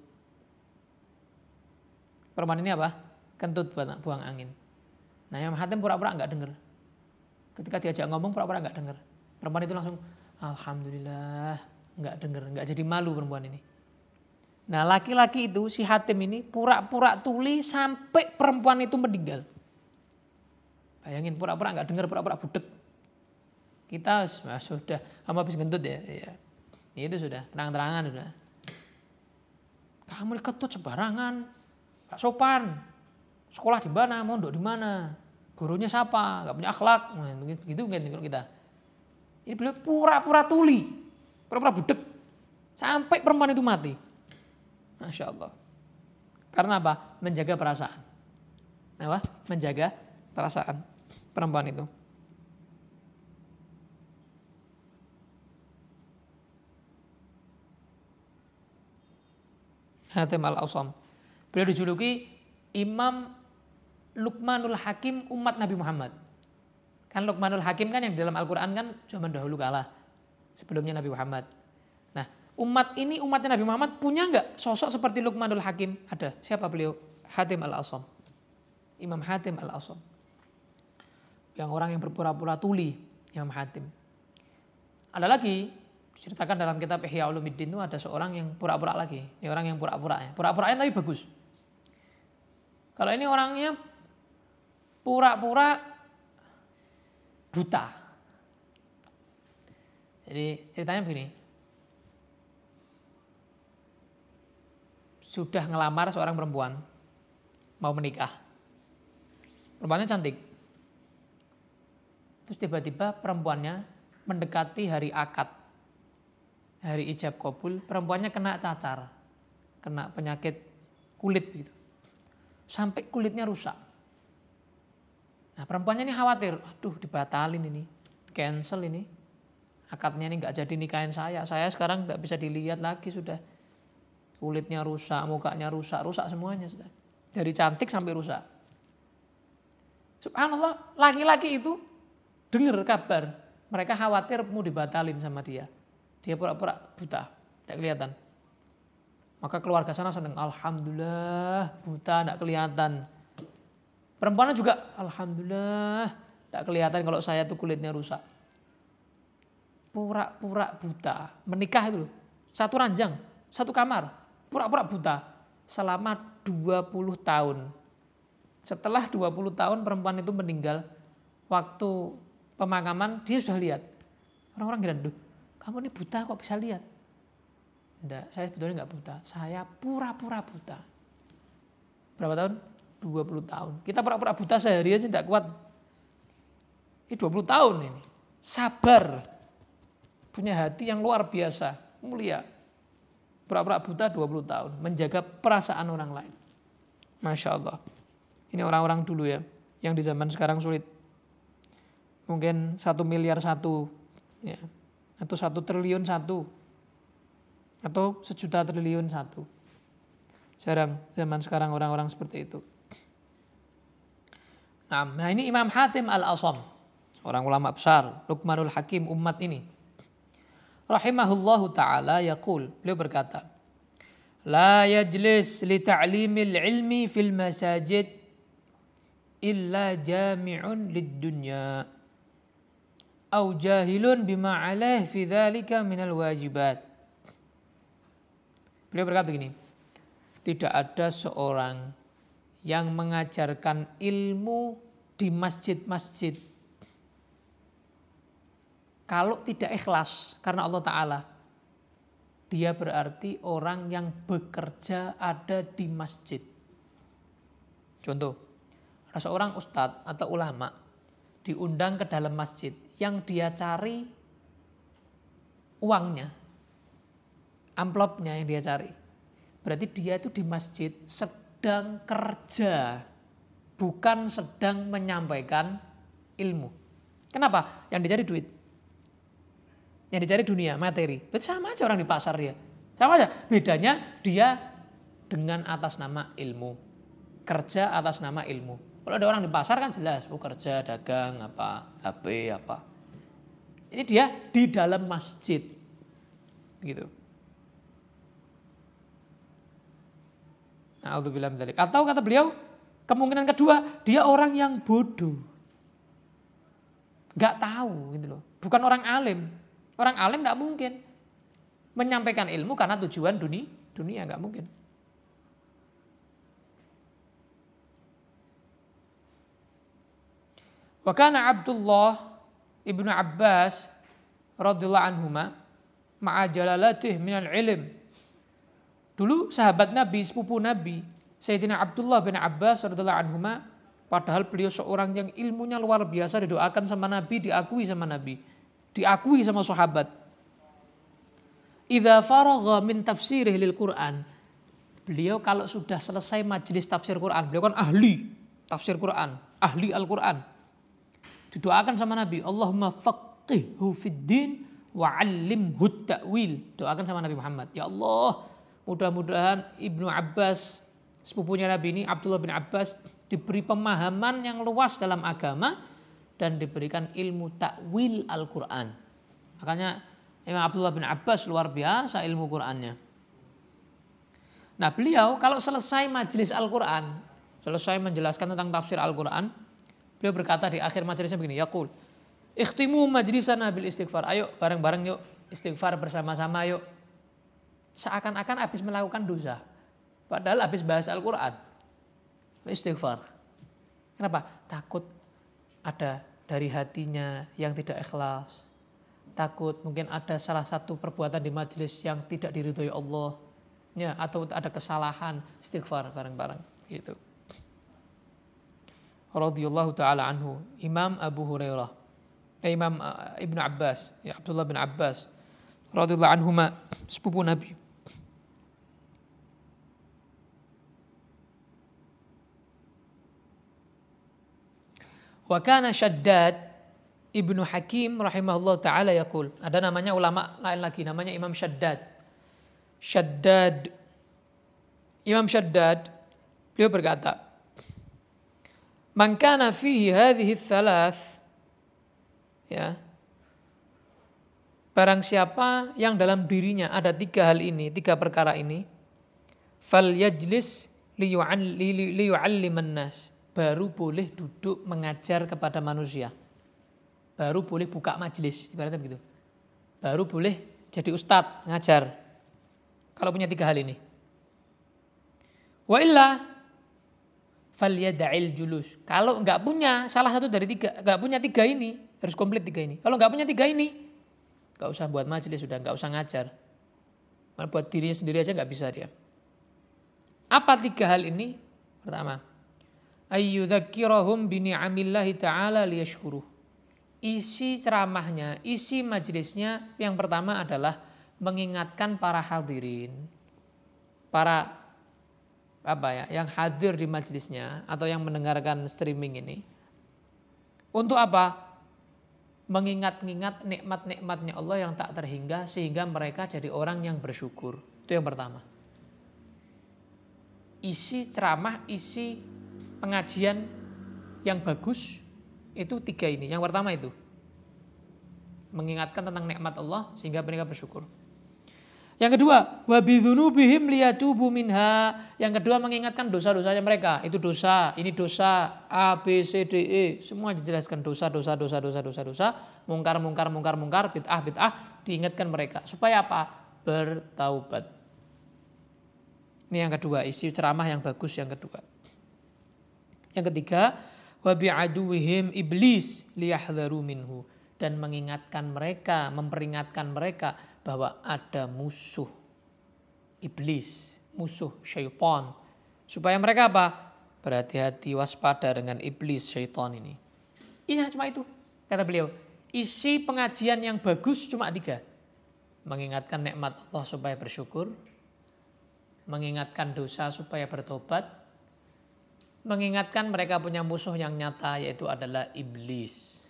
S1: Perempuan ini apa? Kentut buat buang angin. Nah Imam Hatim pura-pura nggak dengar. Ketika diajak ngomong pura-pura nggak dengar. Perempuan itu langsung, alhamdulillah nggak dengar, nggak jadi malu perempuan ini. Nah laki-laki itu si Hatim ini pura-pura tuli sampai perempuan itu meninggal. Bayangin pura-pura nggak dengar, pura-pura budek. Kita ah, sudah, kamu habis ngentut ya, ya. Itu sudah terang-terangan sudah. Kamu ketut sembarangan, gak sopan. Sekolah di mana, mondok di mana, gurunya siapa, nggak punya akhlak, nah, gitu kan kalau kita. Ini beliau pura-pura tuli, pura-pura budek, sampai perempuan itu mati. Masya Allah. Karena apa? Menjaga perasaan. Apa? Menjaga perasaan perempuan itu. Hatim al-Asam. Beliau dijuluki Imam Luqmanul Hakim umat Nabi Muhammad. Kan Luqmanul Hakim kan yang di dalam Al-Quran kan zaman dahulu kalah. Sebelumnya Nabi Muhammad. Nah umat ini umatnya Nabi Muhammad punya nggak sosok seperti Luqmanul Hakim? Ada. Siapa beliau? Hatim al-Asam. Imam Hatim al-Asam. Yang orang yang berpura-pura tuli. Imam Hatim. Ada lagi. Diceritakan dalam kitab Ihya Ulumuddin itu ada seorang yang pura-pura lagi. Ini orang yang pura-pura. Pura-puranya tapi bagus. Kalau ini orangnya pura-pura buta. Jadi ceritanya begini. Sudah ngelamar seorang perempuan. Mau menikah. Perempuannya cantik. Terus tiba-tiba perempuannya mendekati hari akad. Hari ijab kabul, perempuannya kena cacar. Kena penyakit kulit gitu. Sampai kulitnya rusak. Nah perempuannya ini khawatir, aduh dibatalin ini, cancel ini. Akadnya ini gak jadi nikahin saya, saya sekarang gak bisa dilihat lagi sudah. Kulitnya rusak, mukanya rusak, rusak semuanya sudah. Dari cantik sampai rusak. Subhanallah, laki-laki itu dengar kabar, mereka khawatir mau dibatalin sama dia. Dia pura-pura buta, tidak kelihatan. Maka keluarga sana senang, alhamdulillah buta, tidak kelihatan. Perempuannya juga, alhamdulillah Tidak kelihatan kalau saya tuh kulitnya rusak. Pura-pura buta. Menikah itu loh. Satu ranjang, satu kamar. Pura-pura buta. Selama dua puluh tahun. Setelah dua puluh tahun perempuan itu meninggal. Waktu pemakaman dia sudah lihat. Orang-orang bilang, duh kamu ini buta kok bisa lihat? Enggak, saya sebetulnya enggak buta. Saya pura-pura buta. Berapa tahun? dua puluh tahun. Kita pura-pura buta sehari aja tidak kuat. Ini dua puluh tahun ini. Sabar. Punya hati yang luar biasa. Mulia. Pura-pura buta dua puluh tahun. Menjaga perasaan orang lain. Masya Allah. Ini orang-orang dulu ya. Yang di zaman sekarang sulit. Mungkin satu miliar satu. Ya. Atau satu triliun satu. Atau sejuta triliun satu. Jarang zaman sekarang orang-orang seperti itu. Nah, nah ini Imam Hatim Al-Asam. Orang ulama besar. Luqmanul Hakim umat ini. Rahimahullahu ta'ala yaqul. Beliau berkata. La yajlis li ta'limil ilmi fil masajid. Illa jami'un lid dunya. Au jahilun bima alaih fi dhalika minal wajibat. Beliau berkata begini. Tidak ada seorang yang mengajarkan ilmu di masjid-masjid kalau tidak ikhlas karena Allah Ta'ala, dia berarti orang yang bekerja ada di masjid. Contoh, ada seorang ustadz atau ulama diundang ke dalam masjid, yang dia cari uangnya, amplopnya yang dia cari. Berarti dia itu di masjid sedang kerja, bukan sedang menyampaikan ilmu. Kenapa? Yang dicari duit. Yang dicari dunia, materi. Berarti sama aja orang di pasar dia. Sama aja. Bedanya dia dengan atas nama ilmu. Kerja atas nama ilmu. Kalau ada orang di pasar kan jelas, oh kerja, dagang, apa, H P, apa. Ini dia di dalam masjid. Gitu. Na'udzubillah min dzalik. Atau kata beliau, kemungkinan kedua, dia orang yang bodoh. Enggak tahu gitu loh. Bukan orang alim. Orang alim enggak mungkin menyampaikan ilmu karena tujuan dunia, dunia enggak mungkin. Wa kana Abdullah ibnu Abbas radhiyallahu anhuma ma'a jalalatih minal ilm. Dulu sahabat Nabi, sepupu Nabi, Sayyidina Abdullah bin Abbas radhiyallahu anhuma, padahal beliau seorang yang ilmunya luar biasa, didoakan sama Nabi, diakui sama Nabi, diakui sama sahabat. Idza faragha min tafsirih lil Quran. Beliau kalau sudah selesai majelis tafsir Quran, beliau kan ahli tafsir Quran, ahli Al-Quran. Didoakan sama Nabi, Allahumma faqihhu fid din wa 'allimhu ta'wil. Doakan sama Nabi Muhammad, ya Allah, mudah-mudahan Ibnu Abbas, sepupunya Nabi ini, Abdullah bin Abbas, diberi pemahaman yang luas dalam agama dan diberikan ilmu takwil Al-Quran. Makanya Imam Abdullah bin Abbas luar biasa ilmu Qurannya. Nah beliau kalau selesai majelis Al-Quran, selesai menjelaskan tentang tafsir Al-Quran, beliau berkata di akhir majelisnya begini, yaqul, ikhtimu majlisana bil istighfar. Ayo bareng-bareng yuk istighfar bersama-sama yuk. Seakan-akan habis melakukan dosa. Padahal habis bahas Al-Quran. Istighfar. Kenapa? Takut ada dari hatinya yang tidak ikhlas. Takut mungkin ada salah satu perbuatan di majelis yang tidak diridhoi Allah. Ya, atau ada kesalahan. Istighfar bareng-bareng. Gitu. Radhiyallahu ta'ala anhu. Imam Abu Hurairah. Eh, Imam uh, Ibnu Abbas. Ya, Abdullah bin Abbas. Radhiyallahu anhuma. Sepupu Nabi. Wa kana Shaddad Ibnu Hakim rahimahullah ta'ala yaqul. Ada namanya ulama lain lagi, namanya Imam Shaddad. Shaddad. Imam Shaddad, beliau berkata, man kana fihi hadhihi thalath, ya, barang siapa yang dalam dirinya ada tiga hal ini, tiga perkara ini, fal yajlis liyu'alliman nas, baru boleh duduk mengajar kepada manusia. Baru boleh buka majelis, ibaratnya begitu. Baru boleh jadi ustadz, ngajar. Kalau punya tiga hal ini. Wa illa falyada'il julus. Kalau enggak punya salah satu dari tiga, enggak punya tiga ini, harus komplit tiga ini. Kalau enggak punya tiga ini, enggak usah buat majelis, sudah enggak usah ngajar. Malah buat dirinya sendiri aja enggak bisa dia. Apa tiga hal ini? Pertama, ayyudzakirahum bi ni'amillahi ta'ala liyashkuruh. Isi ceramahnya, isi majelisnya yang pertama adalah mengingatkan para hadirin, para apa ya, yang hadir di majelisnya atau yang mendengarkan streaming ini. Untuk apa? Mengingat-ingat nikmat-nikmatnya Allah yang tak terhingga sehingga mereka jadi orang yang bersyukur. Itu yang pertama. Isi ceramah, isi pengajian yang bagus itu tiga ini. Yang pertama itu mengingatkan tentang nikmat Allah sehingga mereka bersyukur. Yang kedua, wa bidzunubihim liyatubu minha. Yang kedua mengingatkan dosa-dosanya mereka. Itu dosa, ini dosa A B C D E, semua dijelaskan dosa, dosa, dosa, dosa, dosa, dosa, mungkar, mungkar, mungkar, mungkar, bid'ah, bid'ah, diingatkan mereka supaya apa? Bertaubat. Ini yang kedua, isi ceramah yang bagus yang kedua. Yang ketiga, wa bi'aduwihim iblis liyahdharu minhu, dan mengingatkan mereka, memperingatkan mereka bahwa ada musuh iblis, musuh syaitan, supaya mereka apa? Berhati-hati, waspada dengan iblis syaitan ini. Iya, cuma itu kata beliau. Isi pengajian yang bagus cuma tiga. Mengingatkan nikmat Allah supaya bersyukur, mengingatkan dosa supaya bertobat, mengingatkan mereka punya musuh yang nyata yaitu adalah iblis.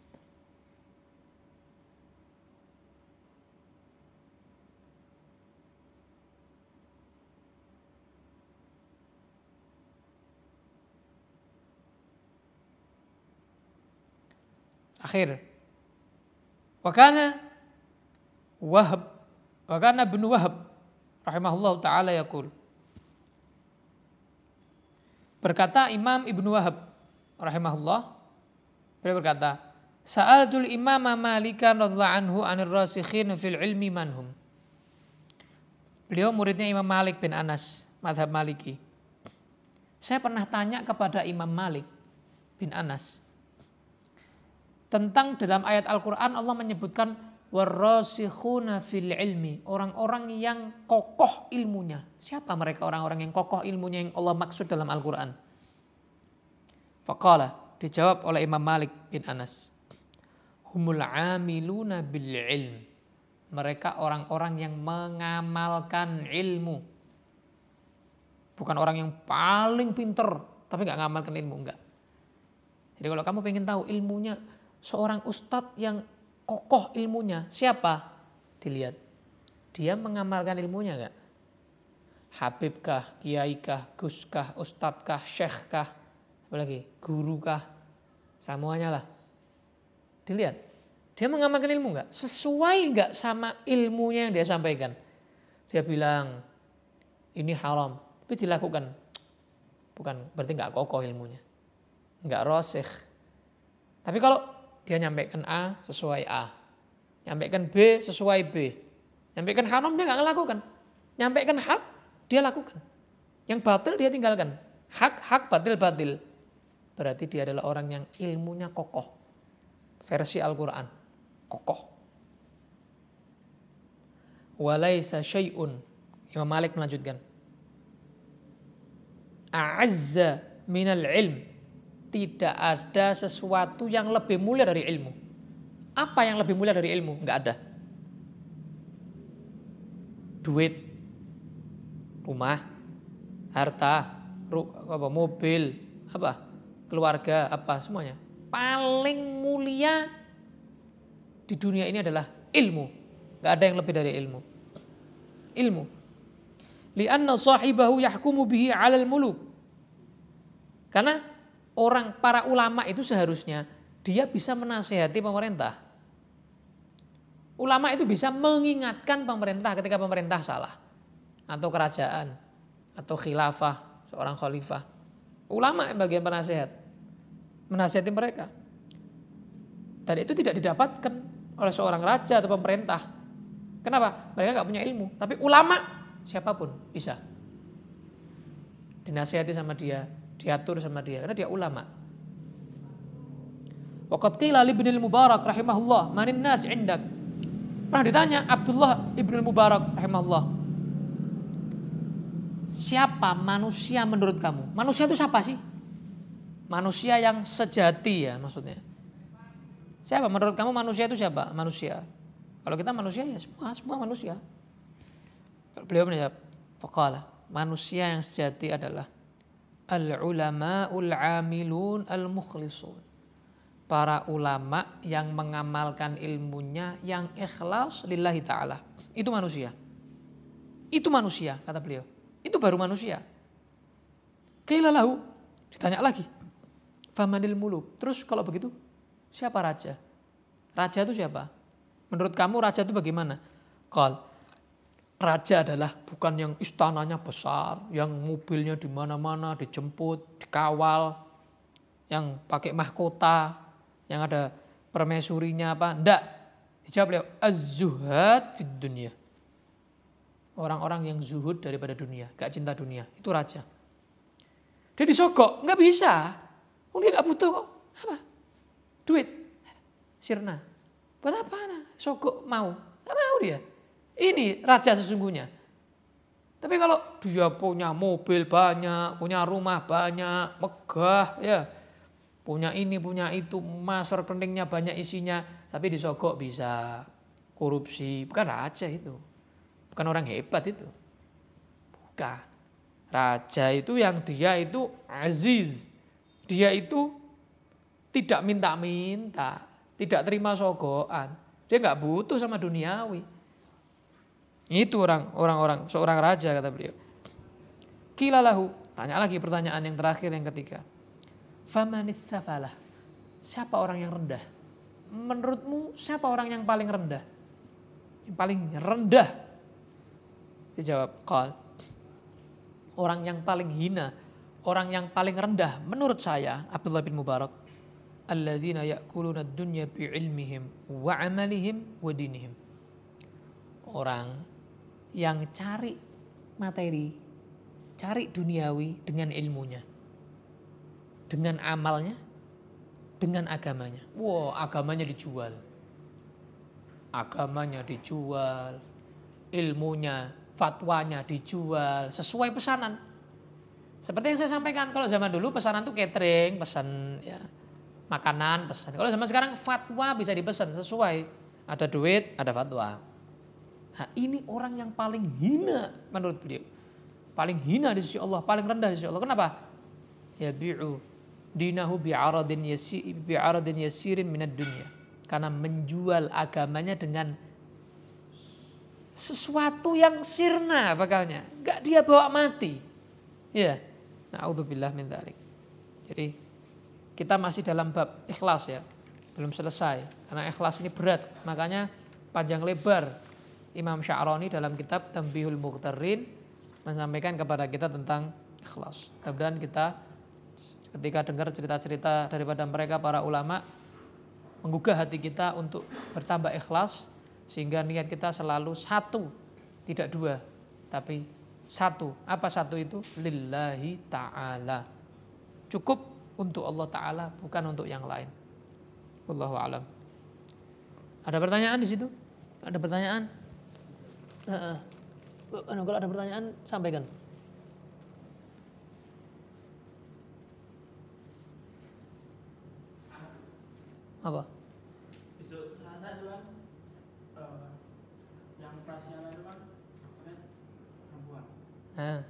S1: Akhir. Wakana Wahab, wakana bin Wahab rahimahullah taala yaqul. Berkata Imam Ibnu Wahab rahimahullah, beliau berkata, Sa'altul Imam Malikan radhiyallahu anhu 'anil rasikhin fil ilmi manhum. Beliau muridnya Imam Malik bin Anas, mazhab Maliki. Saya pernah tanya kepada Imam Malik bin Anas tentang dalam ayat Al-Quran Allah menyebutkan warrasikhuna fil ilmi, orang-orang yang kokoh ilmunya. Siapa mereka orang-orang yang kokoh ilmunya yang Allah maksud dalam Al-Quran? Faqala, dijawab oleh Imam Malik bin Anas, humul amiluna bil ilm, mereka orang-orang yang mengamalkan ilmu. Bukan orang yang paling pinter tapi gak ngamalkan ilmu, enggak. Jadi kalau kamu pengen tahu ilmunya seorang ustadz yang kokoh ilmunya siapa? Dilihat dia mengamalkan ilmunya enggak? Habib kah, kiai kah, gus kah, ustadz kah, syekh kah, apalagi guru kah, semuanya lah. Dilihat dia mengamalkan ilmu enggak? Sesuai enggak sama ilmunya yang dia sampaikan? Dia bilang ini haram, tapi dilakukan, bukan berarti enggak kokoh ilmunya, enggak rasikh. Tapi kalau dia nyampaikan A sesuai A, nyampaikan B sesuai B, nyampaikan haram dia nggak ngelakukan, nyampaikan hak dia lakukan, yang batil dia tinggalkan, hak hak batil batil. Berarti dia adalah orang yang ilmunya kokoh, versi Al-Quran kokoh. Walaisa syai'un, Imam Malik melanjutkan, a'azza minal ilm, tidak ada sesuatu yang lebih mulia dari ilmu. Apa yang lebih mulia dari ilmu? Enggak ada. Duit, rumah, harta, apa, mobil, apa, keluarga, apa, semuanya. Paling mulia di dunia ini adalah ilmu. Enggak ada yang lebih dari ilmu. Ilmu. Li'anna sahibahu yahkumu bihi 'alal muluk. Karena orang para ulama itu seharusnya dia bisa menasihati pemerintah. Ulama itu bisa mengingatkan pemerintah ketika pemerintah salah, atau kerajaan, atau khilafah, seorang khalifah. Ulama yang bagian penasehat. Menasihati mereka. Dan itu tidak didapatkan oleh seorang raja atau pemerintah. Kenapa? Mereka nggak punya ilmu. Tapi ulama siapapun bisa dinasihati sama dia, diatur sama dia, karena dia ulama. Waqad qila li Ibnul Mubarak rahimahullah, manin nas indak. Pernah ditanya Abdullah Ibnul Mubarak rahimahullah, siapa manusia menurut kamu? Manusia itu siapa sih? Manusia yang sejati ya maksudnya. Siapa menurut kamu manusia itu siapa? Manusia. Kalau kita manusia ya semua, semua manusia. Kalau beliau menjawab, faqala, manusia yang sejati adalah al-ulama'ul 'amilun al-mukhlisun. Para ulama yang mengamalkan ilmunya yang ikhlas lillahi ta'ala. Itu manusia. Itu manusia, kata beliau. Itu baru manusia. Qila lahu, ditanya lagi. Famanil muluk. Terus kalau begitu, siapa raja? Raja itu siapa? Menurut kamu raja itu bagaimana? Qal, raja adalah bukan yang istananya besar, yang mobilnya di mana-mana dijemput, dikawal, yang pakai mahkota, yang ada permaisurinya apa? Enggak. Dijawab beliau, az-zuhad fid dunya. Orang-orang yang zuhud daripada dunia, gak cinta dunia, itu raja. Dia disogok, nggak bisa. Oh, dia nggak butuh kok. Apa? Duit, sirna. Buat apa? Nah? Sogok mau, nggak mau dia. Ini raja sesungguhnya. Tapi kalau dia punya mobil banyak, punya rumah banyak, megah, ya, punya ini, punya itu, emas rekeningnya banyak isinya, tapi disogok bisa, korupsi, bukan raja itu. Bukan orang hebat itu. Bukan. Raja itu yang dia itu aziz. Dia itu tidak minta-minta. Tidak terima sogokan. Dia nggak butuh sama duniawi. Itu orang orang seorang raja kata beliau. Qila lahu. Tanya lagi pertanyaan yang terakhir yang ketiga. Famanis safalah. Siapa orang yang rendah? Menurutmu siapa orang yang paling rendah? Yang paling rendah. Dijawab, qal, orang yang paling hina, orang yang paling rendah menurut saya Abdullah bin Mubarak, alladzina ya'kuluna ad-dunya bi'ilmihim wa 'amalihim wa dinihim. Orang yang cari materi, cari duniawi dengan ilmunya, dengan amalnya, dengan agamanya. Wow, agamanya dijual. Agamanya dijual, ilmunya, fatwanya dijual sesuai pesanan. Seperti yang saya sampaikan, kalau zaman dulu pesanan tuh catering, pesan ya, makanan, pesan. Kalau zaman sekarang fatwa bisa dipesan sesuai. Ada duit, ada fatwa. Nah, ini orang yang paling hina menurut beliau. Paling hina di sisi Allah, paling rendah di sisi Allah. Kenapa? Ya bi'u dinahu bi'aradin yasir bi'aradin yasirin minad dunya. Karena menjual agamanya dengan sesuatu yang sirna bakalnya, enggak dia bawa mati. Ya. Na'udzubillah min dzalik. Jadi kita masih dalam bab ikhlas ya. Belum selesai karena ikhlas ini berat. Makanya panjang lebar Imam Sya'rani dalam kitab Tanbihul Mughtarrin menyampaikan kepada kita tentang ikhlas. Mudah-mudahan kita ketika dengar cerita-cerita daripada mereka para ulama menggugah hati kita untuk bertambah ikhlas. Sehingga niat kita selalu satu, tidak dua, tapi satu. Apa satu itu? Lillahi ta'ala. Cukup untuk Allah Ta'ala, bukan untuk yang lain. Wallahu a'lam. Ada pertanyaan di situ? Ada pertanyaan? Uh, uh. Kalau ada pertanyaan, sampaikan. Apa? Nah,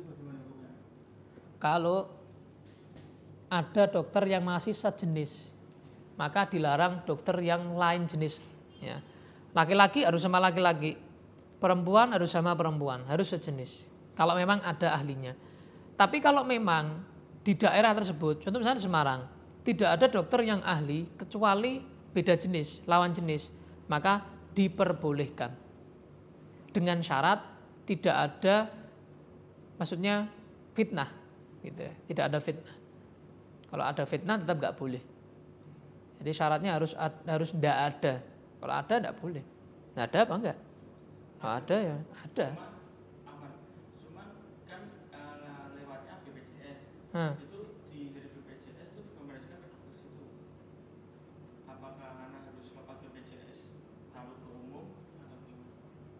S1: kalau ada dokter yang masih sejenis, maka dilarang dokter yang lain jenis. Ya. Laki-laki harus sama laki-laki, perempuan harus sama perempuan, harus sejenis. Kalau memang ada ahlinya. Tapi kalau memang di daerah tersebut, contoh misalnya di Semarang, tidak ada dokter yang ahli kecuali beda jenis, lawan jenis, maka diperbolehkan dengan syarat tidak ada maksudnya fitnah, gitu ya. Tidak ada fitnah. Kalau ada fitnah tetap nggak boleh. Jadi syaratnya harus harus tidak ada. Kalau ada tidak boleh. Nggak ada apa enggak? Kalau ada ya ada.
S2: Aman. Cuman kan uh, lewatnya B P J S.
S1: Hmm.
S2: Itu di dari B P J S itu direkomendasikan ke dokter situ. Apakah anak harus lepas B P J S lalu ke umum atau gimana?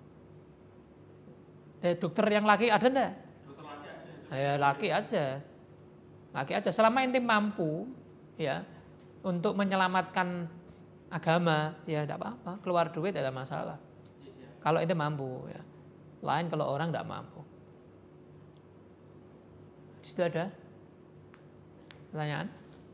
S1: Eh, dokter yang laki ada enggak?
S2: Dokter laki aja.
S1: Ya laki aja. Laki aja selama ente mampu ya untuk menyelamatkan agama ya tidak apa-apa, keluar duit tidak ada masalah. Kalau ente mampu ya. Lain kalau orang tidak mampu. Di situ ada pertanyaan?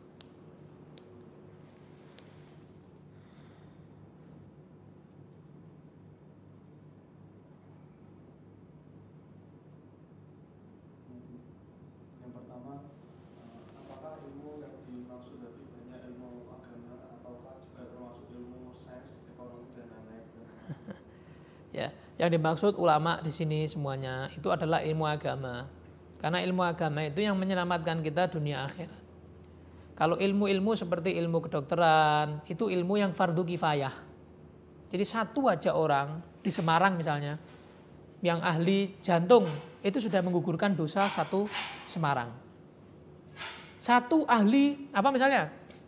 S3: Yang pertama, apakah ilmu yang dimaksud tadi banyak ilmu agama ataukah juga termasuk ilmu sains, ekonomi dan lain-lain?
S1: Ya, yang dimaksud ulama di sini semuanya itu adalah ilmu agama. Karena ilmu agama itu yang menyelamatkan kita dunia akhirat. Kalau ilmu-ilmu seperti ilmu kedokteran, itu ilmu yang fardu kifayah. Jadi satu aja orang di Semarang misalnya, yang ahli jantung, itu sudah menggugurkan dosa satu Semarang. Satu ahli, apa misalnya?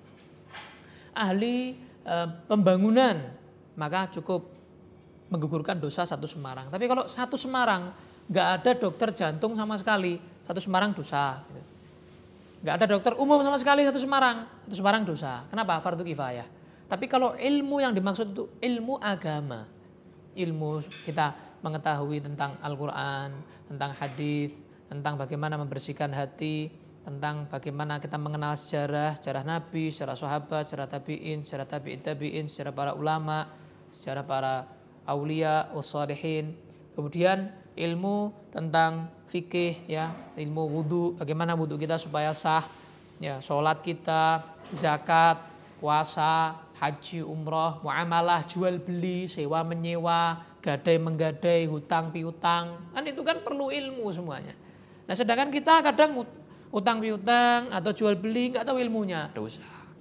S1: Ahli e, pembangunan, maka cukup menggugurkan dosa satu Semarang. Tapi kalau satu Semarang nggak ada dokter jantung sama sekali, satu Semarang dosa. Nggak ada dokter umum sama sekali, satu Semarang, satu Semarang dosa. Kenapa? Fardu kifayah. Tapi kalau ilmu yang dimaksud itu ilmu agama, ilmu kita mengetahui tentang Al-Quran, tentang hadis, tentang bagaimana membersihkan hati, tentang bagaimana kita mengenal sejarah, sejarah Nabi, sejarah sahabat, sejarah tabi'in, sejarah tabi'in tabi'in, sejarah para ulama, sejarah para aulia wassalihin. Kemudian ilmu tentang fikih ya, ilmu wudu, bagaimana wudu kita supaya sah, ya, sholat kita, zakat, puasa, haji, umroh, muamalah, jual beli, sewa menyewa, gadai menggadai, hutang piutang, kan itu kan perlu ilmu semuanya. Nah sedangkan kita kadang hutang piutang atau jual beli nggak tahu ilmunya, dosa.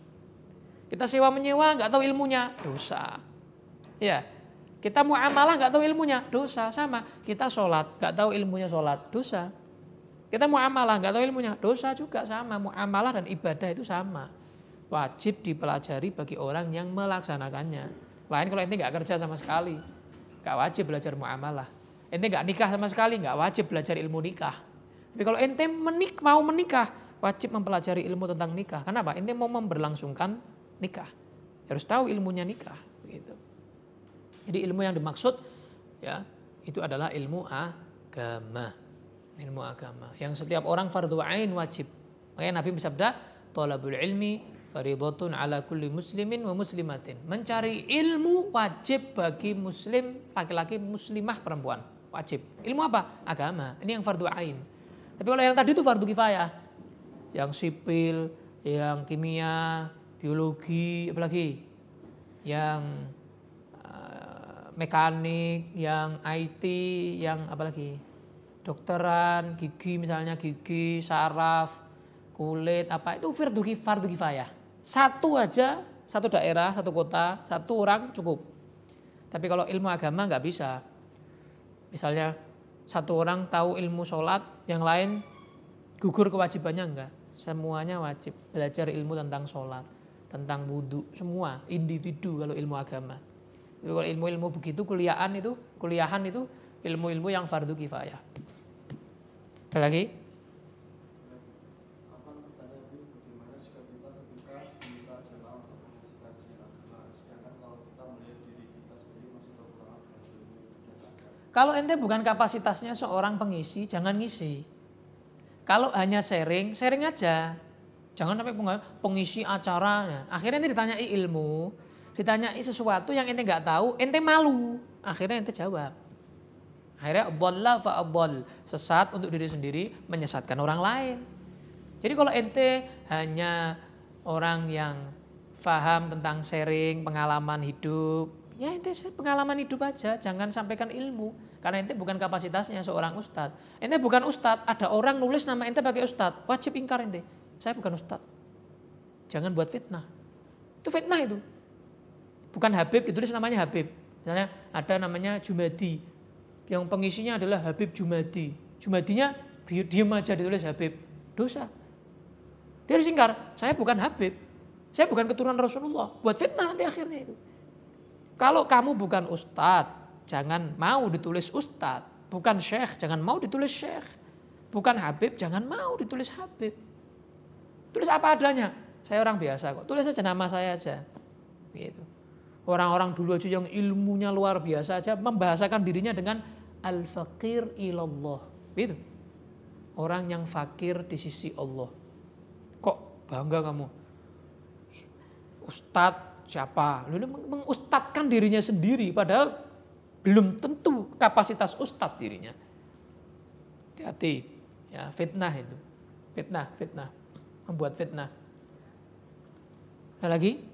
S1: Kita sewa menyewa nggak tahu ilmunya, dosa. Ya. Kita muamalah nggak tahu ilmunya, dosa. Sama kita sholat nggak tahu ilmunya sholat, dosa. Kita muamalah nggak tahu ilmunya, dosa juga. Sama muamalah dan ibadah itu sama, wajib dipelajari bagi orang yang melaksanakannya. Lain kalau ente nggak kerja sama sekali, nggak wajib belajar muamalah. Ente nggak nikah sama sekali, nggak wajib belajar ilmu nikah. Tapi kalau ente menik mau menikah, wajib mempelajari ilmu tentang nikah. Kenapa? Ente mau memberlangsungkan nikah, harus tahu ilmunya nikah. Begitu. Jadi ilmu yang dimaksud ya itu adalah ilmu agama. Ilmu agama yang setiap orang fardhu ain wajib. Makanya Nabi bersabda, "Thalabul ilmi fardhatun ala kulli muslimin wa muslimatin." Mencari ilmu wajib bagi muslim laki-laki, muslimah perempuan, wajib. Ilmu apa? Agama. Ini yang fardhu ain. Tapi kalau yang tadi itu fardhu kifayah. Yang sipil, yang kimia, biologi, apalagi yang mekanik, yang I T, yang apalagi dokteran, gigi misalnya gigi, saraf, kulit, apa itu fardu fardu kifayah. Satu aja, satu daerah, satu kota, satu orang cukup. Tapi kalau ilmu agama nggak bisa. Misalnya satu orang tahu ilmu sholat, yang lain gugur kewajibannya enggak. Semuanya wajib belajar ilmu tentang sholat, tentang wudhu, semua individu kalau ilmu agama. Tapi kalau ilmu-ilmu begitu kuliahan itu, kuliahan itu ilmu-ilmu yang fardu kifayah. Ada lagi?
S3: Apa pertanyaan ini, bagaimana sikap kita ketika diminta jamaah untuk mengisi kajian agama, sedangkan kalau kita melihat diri kita sendiri masih kekurangan dengan ilmu dan agama?
S1: Kalau ente bukan kapasitasnya seorang pengisi, jangan ngisi. Kalau hanya sharing, sharing aja. Jangan sampai pengisi acaranya. Akhirnya ente ditanyai ilmu, ditanyai sesuatu yang ente nggak tahu, ente malu. Akhirnya ente jawab. Akhirnya dhalla fa adhall, sesat untuk diri sendiri, menyesatkan orang lain. Jadi kalau ente hanya orang yang paham tentang sharing pengalaman hidup, Ya ente pengalaman hidup aja, jangan sampaikan ilmu. Karena ente bukan kapasitasnya seorang ustadz. Ente bukan ustadz, ada orang nulis nama ente pakai ustadz, wajib ingkar ente. Saya bukan ustadz. Jangan buat fitnah. Itu fitnah itu. Bukan Habib, ditulis namanya Habib. Misalnya ada namanya Jumadi. Yang pengisinya adalah Habib Jumadi. Jumadinya diam aja ditulis Habib. Dosa. Dia harus ingkar, saya bukan Habib. Saya bukan keturunan Rasulullah. Buat fitnah nanti akhirnya itu. Kalau kamu bukan ustadz, jangan mau ditulis ustadz. Bukan syekh, jangan mau ditulis syekh. Bukan Habib, jangan mau ditulis Habib. Tulis apa adanya. Saya orang biasa kok. Tulis aja nama saya aja. Gitu. Orang-orang dulu aja yang ilmunya luar biasa aja membahasakan dirinya dengan al-faqir ilallah. Gitu. Orang yang fakir di sisi Allah. Kok bangga kamu? Ustadz siapa? Lalu mengustadkan dirinya sendiri padahal belum tentu kapasitas ustadz dirinya. Hati-hati, ya fitnah itu. Fitnah, fitnah. Membuat fitnah. Ada lagi?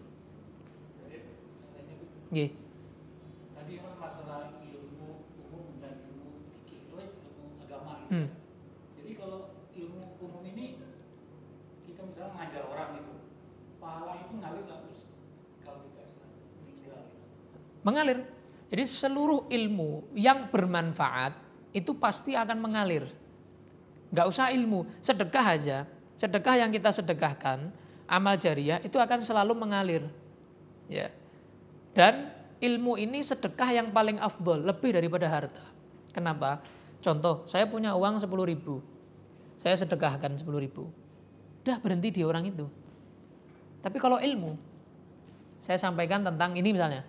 S1: Nggih.
S4: Tadi kan masalah ilmu umum dan ilmu fikih, ilmu agama gitu.
S1: Hmm.
S4: Jadi kalau ilmu umum ini kita misalnya ngajar orang itu, pahala itu ngalir nggak terus kalau kita meninggal?
S1: Mengalir. Jadi seluruh ilmu yang bermanfaat itu pasti akan mengalir. Nggak usah ilmu, sedekah aja. Sedekah yang kita sedekahkan, amal jariyah itu akan selalu mengalir. Ya. Dan ilmu ini sedekah yang paling afdol, lebih daripada harta. Kenapa? Contoh, saya punya uang sepuluh ribu. Saya sedekahkan sepuluh ribu. Udah berhenti di orang itu. Tapi kalau ilmu, saya sampaikan tentang ini misalnya.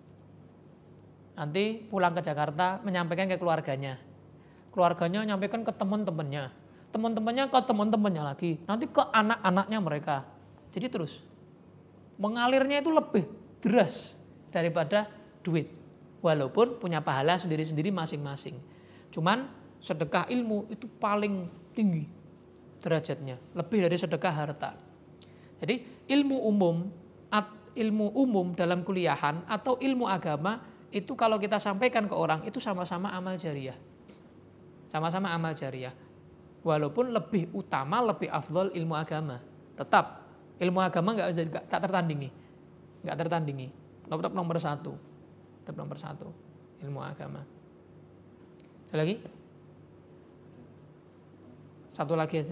S1: Nanti pulang ke Jakarta menyampaikan ke keluarganya. Keluarganya menyampaikan ke teman-temannya. Teman-temannya ke teman-temannya lagi. Nanti ke anak-anaknya mereka. Jadi terus. Mengalirnya itu lebih deras daripada duit. Walaupun punya pahala sendiri-sendiri masing-masing. Cuman sedekah ilmu itu paling tinggi derajatnya. Lebih dari sedekah harta. Jadi ilmu umum, ilmu umum dalam kuliahan atau ilmu agama itu kalau kita sampaikan ke orang itu sama-sama amal jariyah. Sama-sama amal jariyah. Walaupun lebih utama, lebih afdol ilmu agama. Tetap ilmu agama nggak tak tertandingi. Nggak tertandingi. Tetap nomor satu. Tetap nomor satu. Ilmu agama. Ada lagi? Satu lagi aja.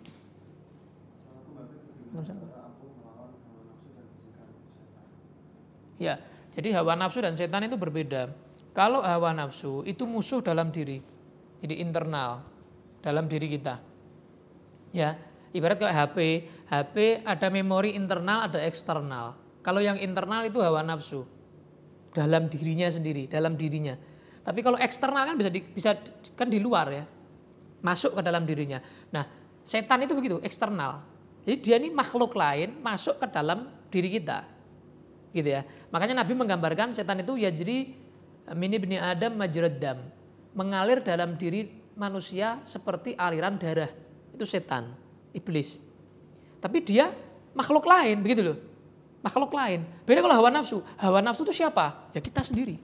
S1: Ya, jadi hawa nafsu dan setan itu berbeda. Kalau hawa nafsu itu musuh dalam diri, jadi internal dalam diri kita. Ya, ibarat kayak H P, H P ada memori internal, ada eksternal. Kalau yang internal itu hawa nafsu dalam dirinya sendiri, dalam dirinya. Tapi kalau eksternal kan bisa di, bisa kan di luar ya, masuk ke dalam dirinya. Nah, setan itu begitu, eksternal. Jadi dia ini makhluk lain masuk ke dalam diri kita. Gitu ya. Makanya Nabi menggambarkan setan itu ya jadi mini bni Adam majrad dam, mengalir dalam diri manusia seperti aliran darah. Itu setan, iblis. Tapi dia makhluk lain, begitu loh. Makhluk lain. Beda kalau hawa nafsu. Hawa nafsu itu siapa? Ya kita sendiri.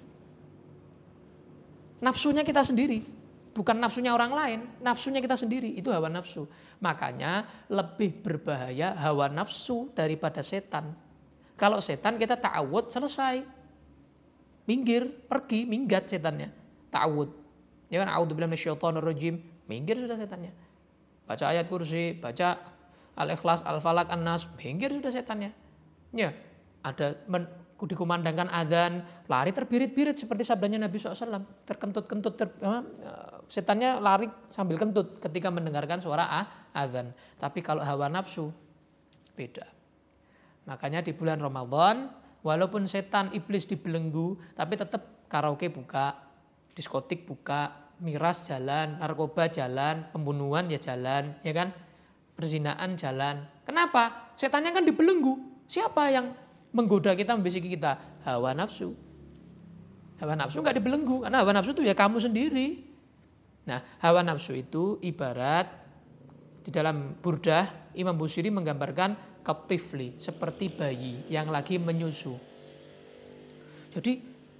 S1: Nafsunya kita sendiri. Bukan nafsunya orang lain, nafsunya kita sendiri. Itu hawa nafsu. Makanya lebih berbahaya hawa nafsu daripada setan. Kalau setan kita ta'awud selesai. Minggir, pergi, minggat setannya. Ta'awud. Ya kan, a'udzubillahi minasyaitonir rajim, minggir sudah setannya. Baca ayat kursi, baca Al-Ikhlas, Al-Falaq, An-Nas, minggir sudah setannya. Ya, ada men, dikumandangkan adzan, lari terbirit-birit seperti sabdanya Nabi shallallahu alaihi wasallam. Terkentut-kentut, ter, uh, setannya lari sambil kentut ketika mendengarkan suara ah, adzan. Tapi kalau hawa nafsu, beda. Makanya di bulan Ramadan, walaupun setan iblis dibelenggu, tapi tetap karaoke buka, diskotik buka, miras jalan, narkoba jalan, pembunuhan ya jalan, ya kan? Perzinaan jalan. Kenapa? Setannya kan dibelenggu. Siapa yang menggoda kita, membisiki kita? Hawa nafsu. Hawa nafsu nggak dibelenggu, karena hawa nafsu itu ya kamu sendiri. Nah, hawa nafsu itu ibarat di dalam Burdah, Imam Busiri menggambarkan katifli, seperti bayi yang lagi menyusu. Jadi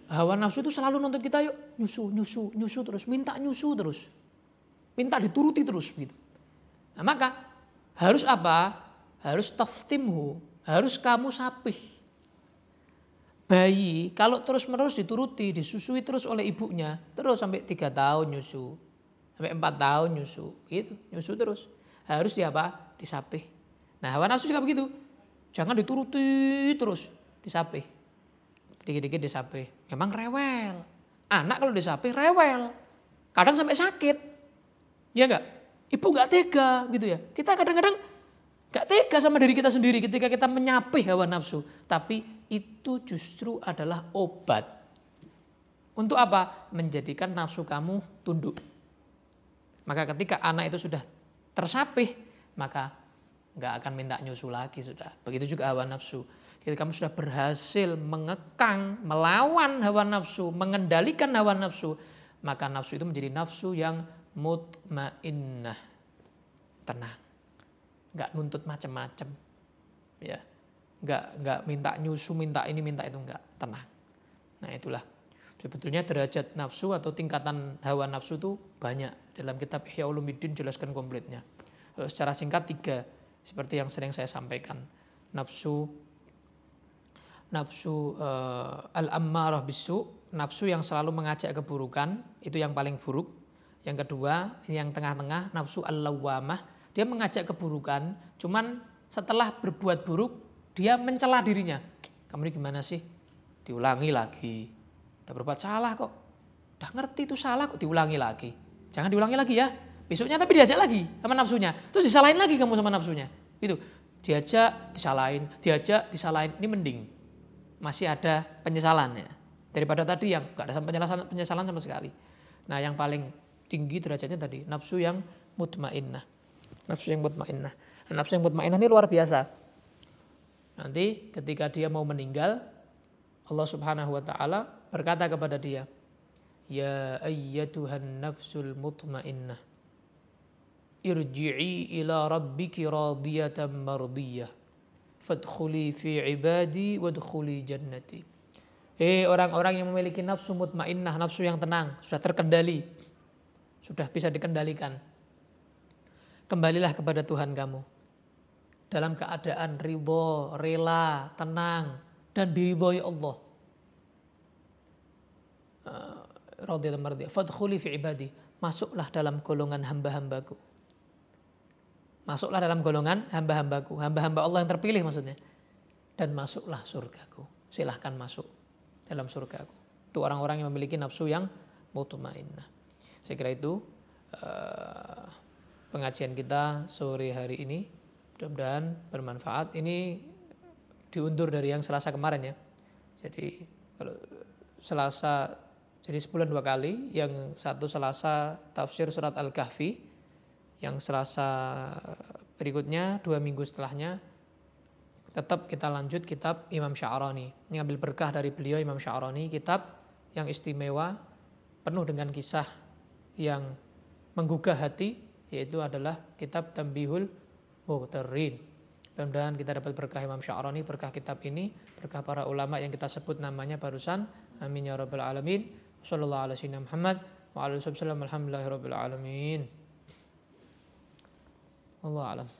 S1: hawa nafsu itu selalu nuntut kita yuk nyusu, nyusu, nyusu terus, minta nyusu terus. Minta dituruti terus gitu. Nah, maka harus apa? Harus taftimhu, harus kamu sapih. Bayi kalau terus-menerus dituruti, disusui terus oleh ibunya, terus sampai tiga tahun nyusu, sampai empat tahun nyusu, gitu, nyusu terus. Harus dia apa? Disapih. Nah, hawa nafsu juga begitu. Jangan dituruti terus, disapih. Dikit-dikit disapih. Memang rewel. Anak kalau disapih rewel. Kadang sampai sakit. Ya enggak? Ibu enggak tega gitu ya. Kita kadang-kadang enggak tega sama diri kita sendiri ketika kita menyapih hawa nafsu. Tapi itu justru adalah obat. Untuk apa? Menjadikan nafsu kamu tunduk. Maka ketika anak itu sudah tersapih, maka enggak akan minta nyusu lagi sudah. Begitu juga hawa nafsu. Ketika kamu sudah berhasil mengekang, melawan hawa nafsu, mengendalikan hawa nafsu, maka nafsu itu menjadi nafsu yang mutmainnah, tenang, nggak nuntut macam-macam, ya, nggak nggak minta nyusu, minta ini, minta itu, nggak, tenang. Nah itulah sebetulnya derajat nafsu atau tingkatan hawa nafsu itu banyak dalam kitab Ihya Ulumuddin jelaskan komplitnya. Secara singkat tiga, seperti yang sering saya sampaikan, nafsu nafsu uh, al-ammarah bisu, nafsu yang selalu mengajak keburukan, itu yang paling buruk. Yang kedua, yang tengah-tengah, nafsu al-lawwamah, dia mengajak keburukan, cuman setelah berbuat buruk, dia mencela dirinya. Kamu ini gimana sih? Diulangi lagi. Udah berbuat salah kok. Udah ngerti itu salah kok diulangi lagi. Jangan diulangi lagi ya. Besoknya tapi diajak lagi sama nafsunya. Terus disalahin lagi kamu sama nafsunya. Gitu. Diajak, disalahin, diajak, disalahin. Ini mending. Masih ada penyesalan ya. Daripada tadi yang gak ada penyesalan, penyesalan sama sekali. Nah yang paling tinggi derajatnya tadi, nafsu yang mutmainnah. Nafsu yang mutmainnah. Nah, nafsu yang mutmainnah ini luar biasa. Nanti ketika dia mau meninggal, Allah Subhanahu wa taala berkata kepada dia, "Ya ayyatuhan nafsul mutmainnah, irji'i ila rabbiki radiyatan mardiyah. Fadkhuli fi ibadi wadkhuli jannati." Eh orang-orang yang memiliki nafsu mutmainnah, nafsu yang tenang, sudah terkendali, sudah bisa dikendalikan. Kembalilah kepada Tuhan kamu dalam keadaan ridho, rela, tenang dan diridhoi Allah. Radiyatan mardiyah. Fadkhuli fi ibadi, masuklah dalam golongan hamba-hambaku. Masuklah dalam golongan hamba-hambaku, hamba-hamba Allah yang terpilih maksudnya. Dan masuklah surgaku. Silahkan masuk dalam surgaku. Itu orang-orang yang memiliki nafsu yang mutmainnah. Saya kira itu uh, pengajian kita sore hari ini. Mudah-mudahan bermanfaat. Ini diundur dari yang Selasa kemarin ya. Jadi kalau Selasa jadi sebulan dua kali. Yang satu Selasa tafsir surat Al-Kahfi. Yang Selasa berikutnya, dua minggu setelahnya, tetap kita lanjut kitab Imam Sya'rani. Mengambil berkah dari beliau Imam Sya'rani, kitab yang istimewa, penuh dengan kisah yang menggugah hati, yaitu adalah kitab Tanbihul Mughtarrin. Mudah-mudahan kita dapat berkah Imam Sya'rani, berkah kitab ini, berkah para ulama yang kita sebut namanya barusan. Amin ya rabbal alamin. Sallallahu alaihi wasallam Muhammad wa alihi wasallam. Alhamdulillahirabbil alamin. Wallahu a'lam.